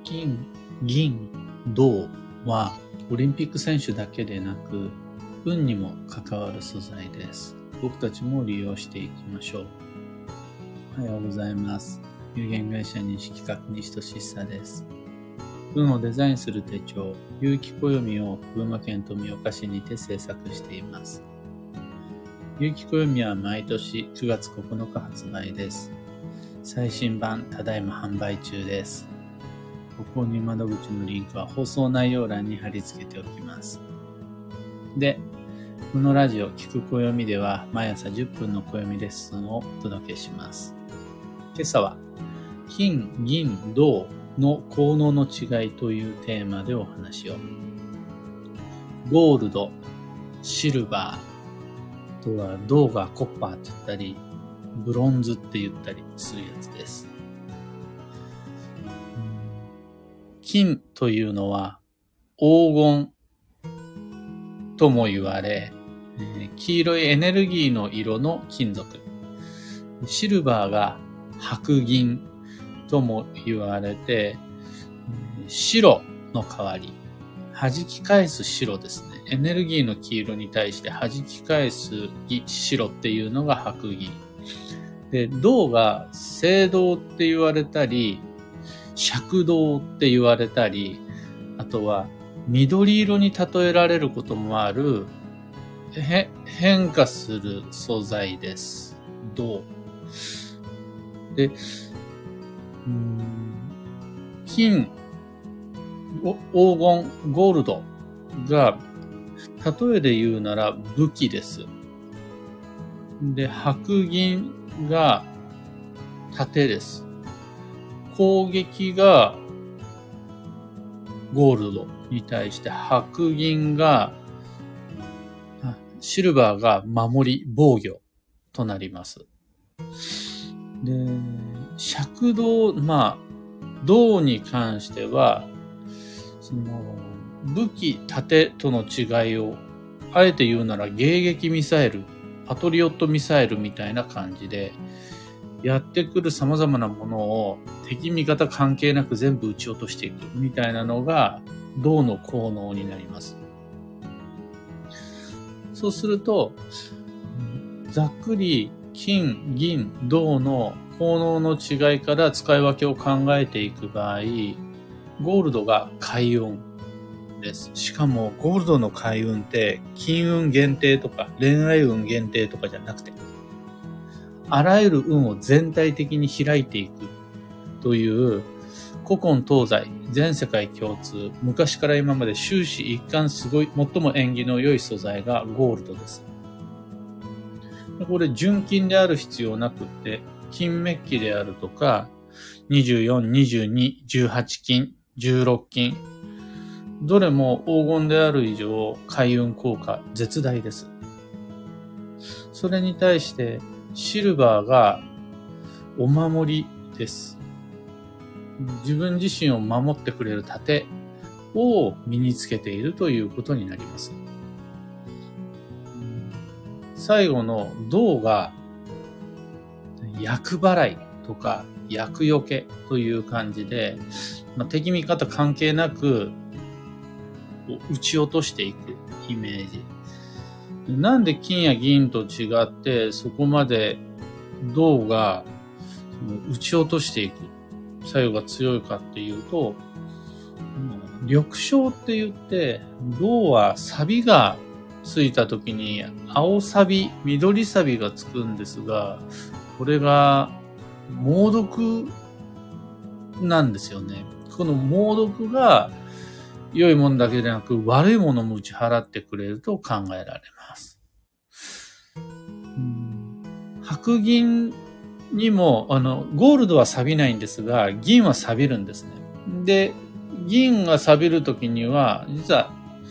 金、銀、銅はオリンピック選手だけでなく、運にも関わる素材です。僕たちも利用していきましょう。おはようございます。有限会社西企画西俊久です。運をデザインする手帳、有機暦を群馬県富岡市にて制作しています。有機暦は毎年9月9日発売です。最新版ただいま販売中です。ご購入窓口のリンクは放送内容欄に貼り付けておきます。で、このラジオ聞く暦では毎朝10分の暦レッスンをお届けします。今朝は金、銀、銅の効能の違いというテーマでお話を。ゴールド、シルバー、あとは銅がコッパーって言ったり、ブロンズって言ったりするやつです。金というのは黄金とも言われ、黄色いエネルギーの色の金属。シルバーが白銀とも言われて、白の代わり、弾き返す白ですね。エネルギーの黄色に対して弾き返す白っていうのが白銀。で、銅が青銅って言われたり、赤銅って言われたり、あとは緑色に例えられることもある変化する素材です。銅。で、金、黄金、ゴールドが例えで言うなら武器です。で、白銀が盾です。攻撃がゴールドに対して白銀がシルバーが守り防御となります。で、赤銅、銅に関してはその武器盾との違いをあえて言うなら迎撃ミサイル、パトリオットミサイルみたいな感じでやってくる様々なものを敵味方関係なく全部撃ち落としていくみたいなのが銅の効能になります。そうするとざっくり金、銀、銅の効能の違いから使い分けを考えていく場合、ゴールドが開運です。しかもゴールドの開運って金運限定とか恋愛運限定とかじゃなくて、あらゆる運を全体的に開いていくという古今東西全世界共通、昔から今まで終始一貫最も縁起の良い素材がゴールドです。これ純金である必要なくって、金メッキであるとか24、22、18金、16金、どれも黄金である以上開運効果絶大です。それに対してシルバーがお守りです。自分自身を守ってくれる盾を身につけているということになります。最後の銅が厄払いとか厄除けという感じで、敵味方関係なく撃ち落としていくイメージ。なんで金や銀と違ってそこまで銅が撃ち落としていく作用が強いかっていうと、緑青って言って銅は錆がついた時に青錆、緑錆がつくんですが、これが猛毒なんですよね。この猛毒が良いものだけでなく悪いものも打ち払ってくれると考えられます。白銀にもゴールドは錆びないんですが、銀は錆びるんですね。で、銀が錆びるときには実は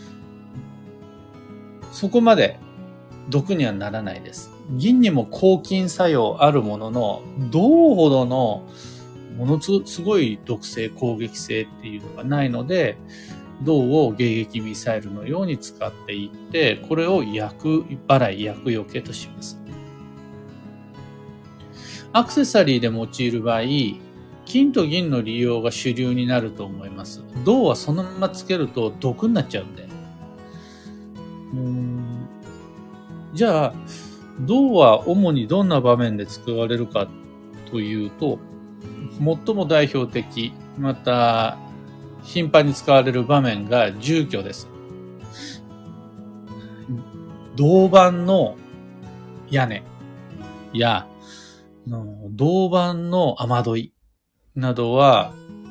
そこまで毒にはならないです。銀にも抗菌作用あるものの、銅ほどのものすごい毒性、攻撃性っていうのがないので、銅を迎撃ミサイルのように使っていって、これを厄払い、厄除けとします。アクセサリーで用いる場合、 金と銀の利用が主流になると思います。銅はそのままつけると毒になっちゃうんで。じゃあ、銅は主にどんな場面で使われるかというと、最も代表的、また頻繁に使われる場面が住居です。銅板の屋根や銅板の雨どいなどは、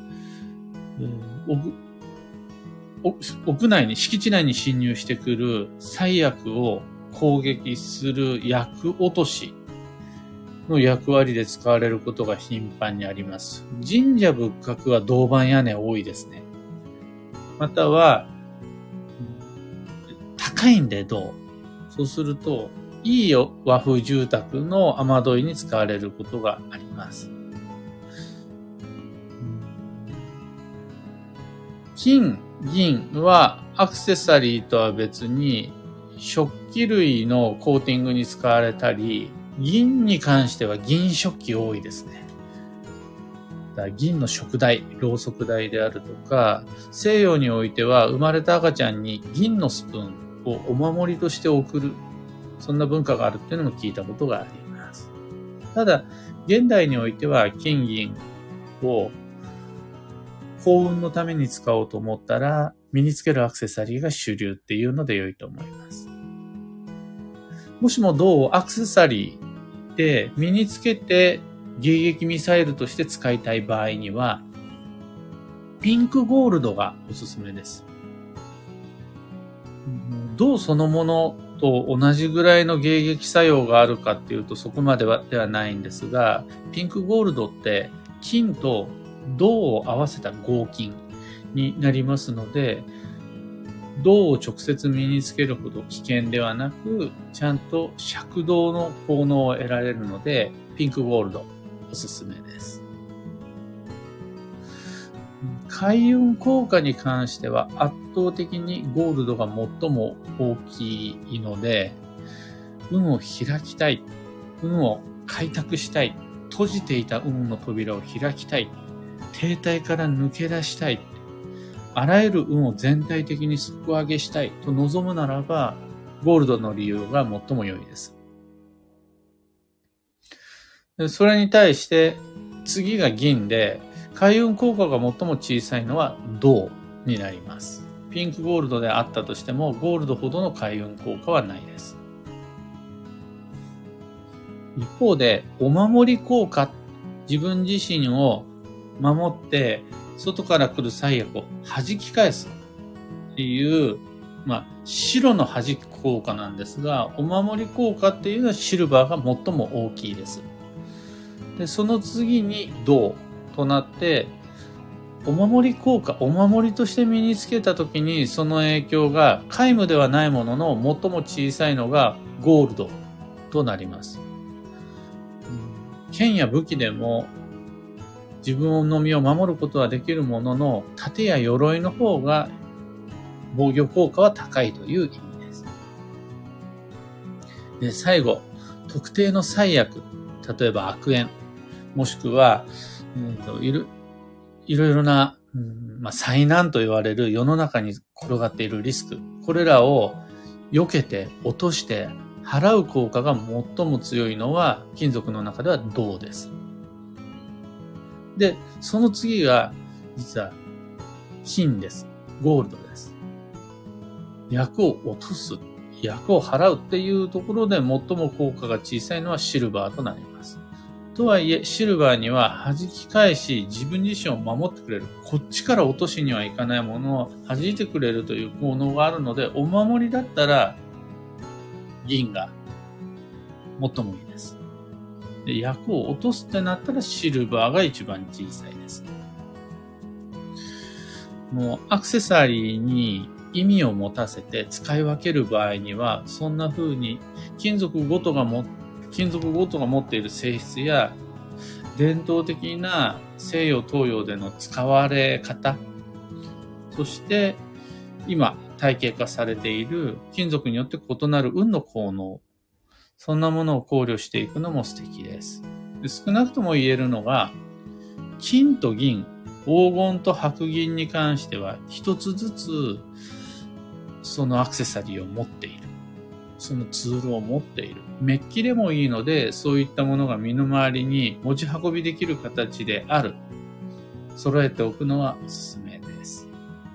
屋内に、敷地内に侵入してくる災悪を攻撃する厄落としの役割で使われることが頻繁にあります。神社仏閣は銅板屋根多いですね。または、高いんで銅。そうすると、いい和風住宅の雨どいに使われることがあります。金、銀はアクセサリーとは別に食器類のコーティングに使われたり、銀に関しては銀食器多いですね。銀の食台、ろうそく台であるとか、西洋においては生まれた赤ちゃんに銀のスプーンをお守りとして送る、そんな文化があるっていうのも聞いたことがあります。ただ、現代においては金銀を幸運のために使おうと思ったら、身につけるアクセサリーが主流っていうので良いと思います。もしも銅をアクセサリーで身につけて迎撃ミサイルとして使いたい場合には、ピンクゴールドがおすすめです。銅そのものと同じぐらいの迎撃作用があるかっていうとそこまでではないんですが、ピンクゴールドって金と銅を合わせた合金になりますので、銅を直接身につけるほど危険ではなく、ちゃんと赤銅の効能を得られるので、ピンクゴールドおすすめです。開運効果に関しては圧倒的にゴールドが最も大きいので、運を開きたい、運を開拓したい、閉じていた運の扉を開きたい、停滞から抜け出したい、あらゆる運を全体的に底上げしたいと望むならば、ゴールドの利用が最も良いです。それに対して、次が銀で、開運効果が最も小さいのは銅になります。ピンクゴールドであったとしても、ゴールドほどの開運効果はないです。一方で、お守り効果、自分自身を守って、外から来る災悪を弾き返すっていう、白の弾く効果なんですが、お守り効果っていうのはシルバーが最も大きいです。で、その次に銅となって、お守り効果、お守りとして身につけたときにその影響が皆無ではないものの最も小さいのがゴールドとなります。剣や武器でも自分の身を守ることはできるものの、盾や鎧の方が防御効果は高いという意味です。で、最後、特定の災悪、例えば悪縁、もしくは、いろいろな、災難と言われる世の中に転がっているリスク、これらを避けて落として払う効果が最も強いのは金属の中では銅です。で、その次が実は金です。ゴールドです。厄を落とす、厄を払うっていうところで最も効果が小さいのはシルバーとなります。とはいえ、シルバーには弾き返し、自分自身を守ってくれる。こっちから落としにはいかないものを弾いてくれるという効能があるので、お守りだったら、銀が最もいいです。で、厄を落とすってなったら、シルバーが一番小さいです。もう、アクセサリーに意味を持たせて使い分ける場合には、そんな風に金属ごとが持っている性質や伝統的な西洋東洋での使われ方、そして今体系化されている金属によって異なる運の効能、そんなものを考慮していくのも素敵です。少なくとも言えるのが、 金と銀、黄金と白銀に関しては一つずつそのアクセサリーを持っている。そのツールを持っている。メッキでもいいので、そういったものが身の回りに持ち運びできる形である。揃えておくのはおすすめです。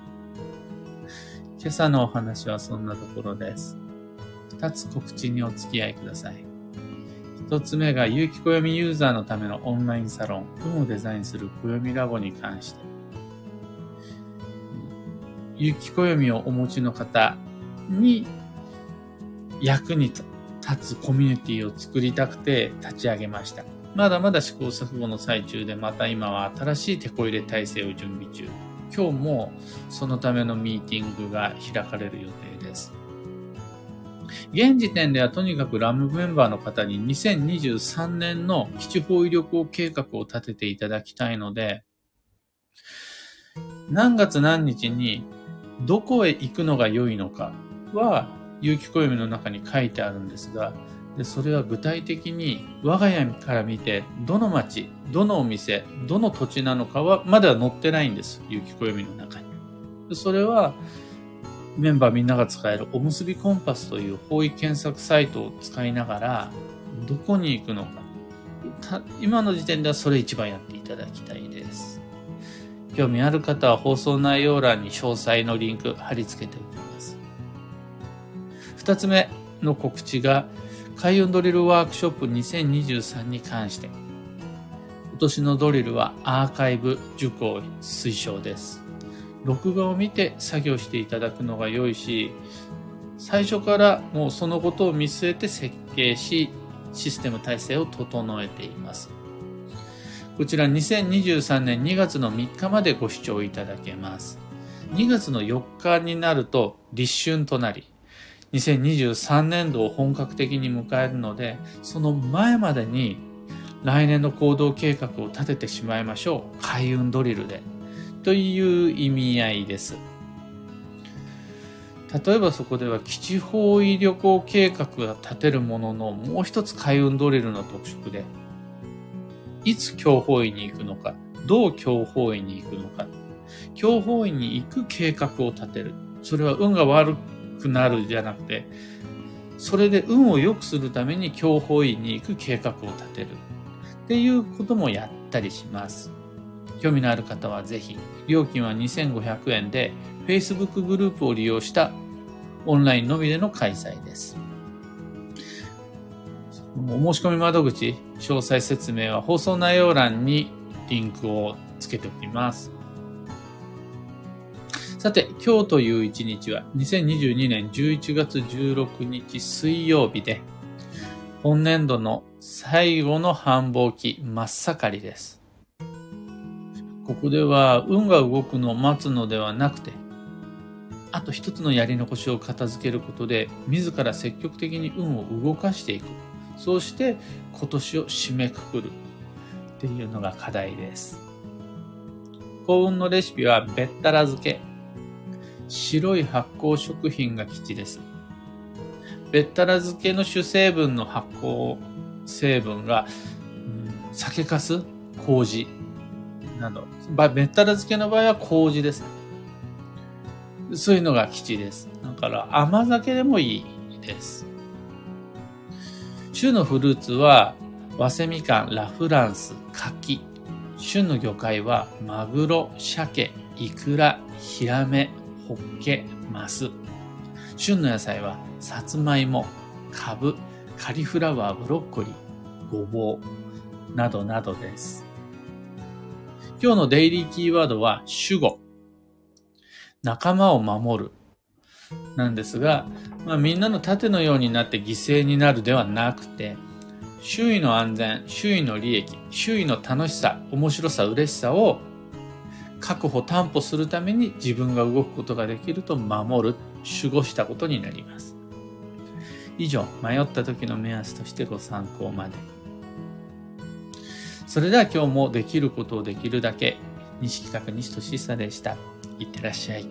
今朝のお話はそんなところです。2つ告知にお付き合いください。1つ目が有機暦ユーザーのためのオンラインサロン、運をデザインする暦ラボに関して。有機暦をお持ちの方に役に立つコミュニティを作りたくて立ち上げました。まだまだ試行錯誤の最中で、また今は新しいテこ入れ体制を準備中。今日もそのためのミーティングが開かれる予定です。現時点ではとにかくラムメンバーの方に2023年の基地方位旅行計画を立てていただきたいので、何月何日にどこへ行くのが良いのかは有機暦の中に書いてあるんですが、それは具体的に我が家から見てどの町、どのお店、どの土地なのかはまだ載ってないんです。有機暦の中に。それはメンバーみんなが使えるおむすびコンパスという方位検索サイトを使いながらどこに行くのか。今の時点ではそれ一番やっていただきたいです。興味ある方は放送内容欄に詳細のリンク貼り付けておきます。二つ目の告知が開運ドリルワークショップ2023に関して。今年のドリルはアーカイブ受講推奨です。録画を見て作業していただくのが良いし、最初からもうそのことを見据えて設計し、システム体制を整えています。こちら2023年2月の3日までご視聴いただけます。2月の4日になると立春となり、2023年度を本格的に迎えるので、その前までに来年の行動計画を立ててしまいましょう。開運ドリルで。という意味合いです。例えばそこでは基地方位旅行計画が立てるものの、もう一つ開運ドリルの特色で、いつ強方位に行くのか、どう強方位に行くのか、強方位に行く計画を立てる。それは運が悪くなるじゃなくて、それで運を良くするために強方位に行く計画を立てるっていうこともやったりします。興味のある方はぜひ、料金は2500円で Facebook グループを利用したオンラインのみでの開催です。お申し込み窓口、詳細説明は放送内容欄にリンクをつけておきます。さて、今日という一日は2022年11月16日水曜日で、本年度の最後の繁忙期真っ盛りです。ここでは運が動くのを待つのではなくて、あと一つのやり残しを片付けることで、自ら積極的に運を動かしていく。そうして今年を締めくくるっていうのが課題です。幸運のレシピはべったら漬け。白い発酵食品が吉です。べったら漬けの主成分の発酵成分が、酒粕、麹など。べったら漬けの場合は麹です。そういうのが吉です。だから甘酒でもいいです。旬のフルーツは早生みかん、ラフランス、柿。旬の魚介はマグロ、鮭、イクラ、ヒラメ、ホッケ、マス。旬の野菜はさつまいも、カブ、カリフラワー、ブロッコリー、ごぼうなどなどです。今日のデイリーキーワードは守護。仲間を守る。なんですが、みんなの盾のようになって犠牲になるではなくて、周囲の安全、周囲の利益、周囲の楽しさ、面白さ、嬉しさを確保担保するために自分が動くことができると守る、守護したことになります。以上、迷った時の目安としてご参考まで。それでは今日もできることをできるだけ、西企画西俊久でした。いってらっしゃい。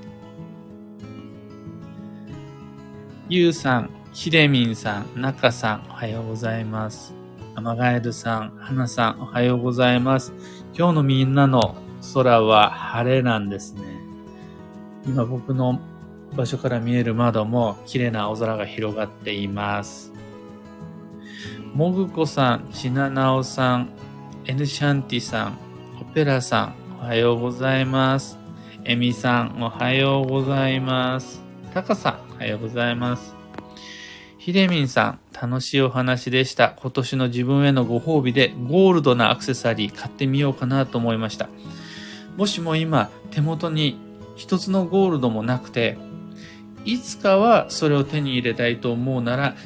ゆうさん、ひでみんさん、なかさん、おはようございます。あまがえるさん、はなさん、おはようございます。 今日のみんなの空は晴れなんですね。今僕の場所から見える窓も綺麗な青空が広がっています。もぐこさん、ちななおさん、エヌシャンティさん、オペラさん、おはようございます。エミさん、おはようございます。タカさん、おはようございます。ひでみんさん、楽しいお話でした。今年の自分へのご褒美でゴールドなアクセサリー買ってみようかなと思いました。もしも今手元に一つのゴールドもなくて、いつかはそれを手に入れたいと思うなら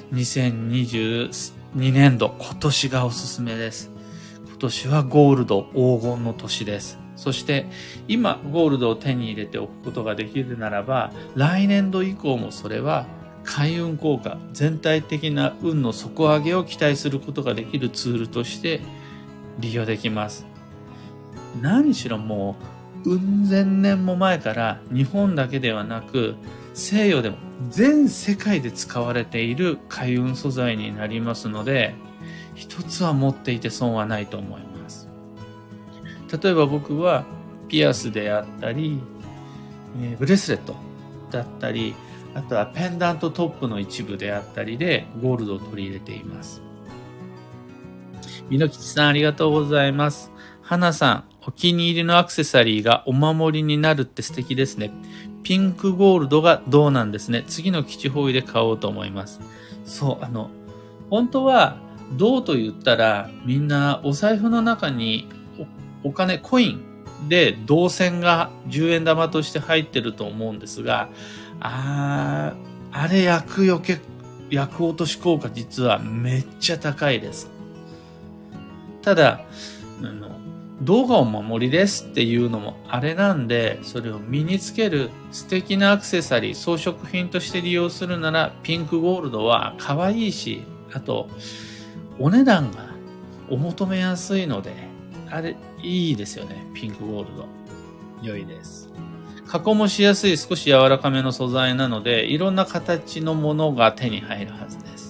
2022年度、今年がおすすめです。今年はゴールド黄金の年です。そして今ゴールドを手に入れておくことができるならば、来年度以降もそれは開運効果、全体的な運の底上げを期待することができるツールとして利用できます。何しろもう、千年も前から日本だけではなく、西洋でも全世界で使われている開運素材になりますので、一つは持っていて損はないと思います。例えば僕はピアスであったり、ブレスレットだったり、あとはペンダントトップの一部であったりでゴールドを取り入れています。みのきちさんありがとうございます。はなさん、お気に入りのアクセサリーがお守りになるって素敵ですね。ピンクゴールドが銅なんですね。次の基地方位で買おうと思います。そう、本当は銅と言ったらみんなお財布の中にお金、コインで銅線が10円玉として入ってると思うんですが、あれ厄落とし効果実はめっちゃ高いです。ただ、銅がお守りですっていうのもあれなんで、それを身につける素敵なアクセサリー、装飾品として利用するなら、ピンクゴールドは可愛いし、あと、お値段がお求めやすいので、あれ、いいですよね。ピンクゴールド。良いです。加工もしやすい少し柔らかめの素材なので、いろんな形のものが手に入るはずです。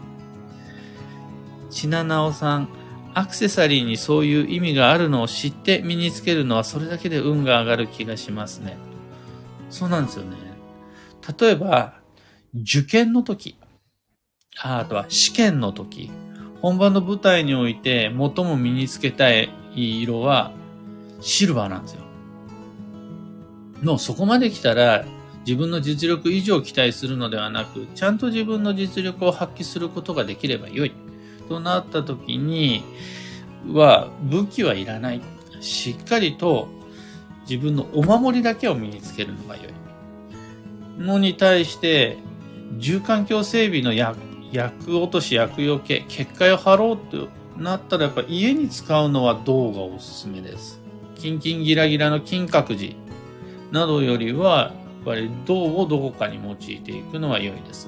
ちななおさん、アクセサリーにそういう意味があるのを知って身につけるのはそれだけで運が上がる気がしますね。そうなんですよね。例えば、受験の時、あとは試験の時、本番の舞台において最も身につけたい色はシルバーなんですよ。もうそこまで来たら自分の実力以上期待するのではなく、ちゃんと自分の実力を発揮することができればよい。となった時に武器はいらない。しっかりと自分のお守りだけを身につけるのが良い。のに対して、住環境整備の厄落とし、厄除け、結界を張ろうとなったらやっぱ家に使うのは銅がおすすめです。キンキンギラギラの金閣寺などよりは、やっぱり銅をどこかに用いていくのは良いです。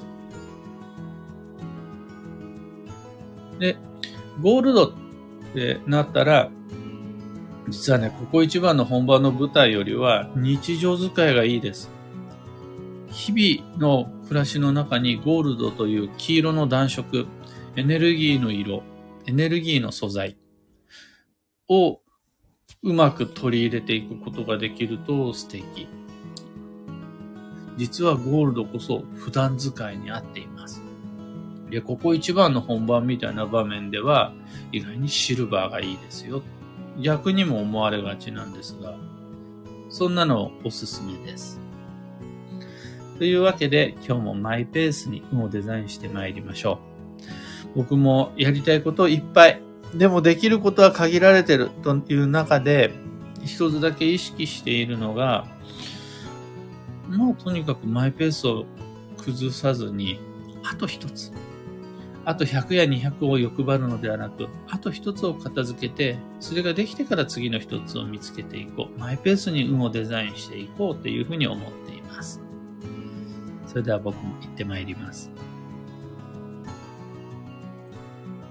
で、ゴールドってなったら、実はね、ここ一番の本番の舞台よりは日常使いがいいです。日々の暮らしの中にゴールドという黄色の暖色、エネルギーの色、エネルギーの素材をうまく取り入れていくことができると素敵。実はゴールドこそ普段使いに合っています。で、ここ一番の本番みたいな場面では意外にシルバーがいいですよ。逆にも思われがちなんですが、そんなのおすすめです。というわけで今日もマイペースに運をデザインして参りましょう。僕もやりたいこといっぱい。でもできることは限られてるという中で一つだけ意識しているのが、とにかくマイペースを崩さずに、あと一つ。あと100や200を欲張るのではなく、あと一つを片付けて、それができてから次の一つを見つけていこう。マイペースに運をデザインしていこうというふうに思っています。それでは僕も行ってまいります。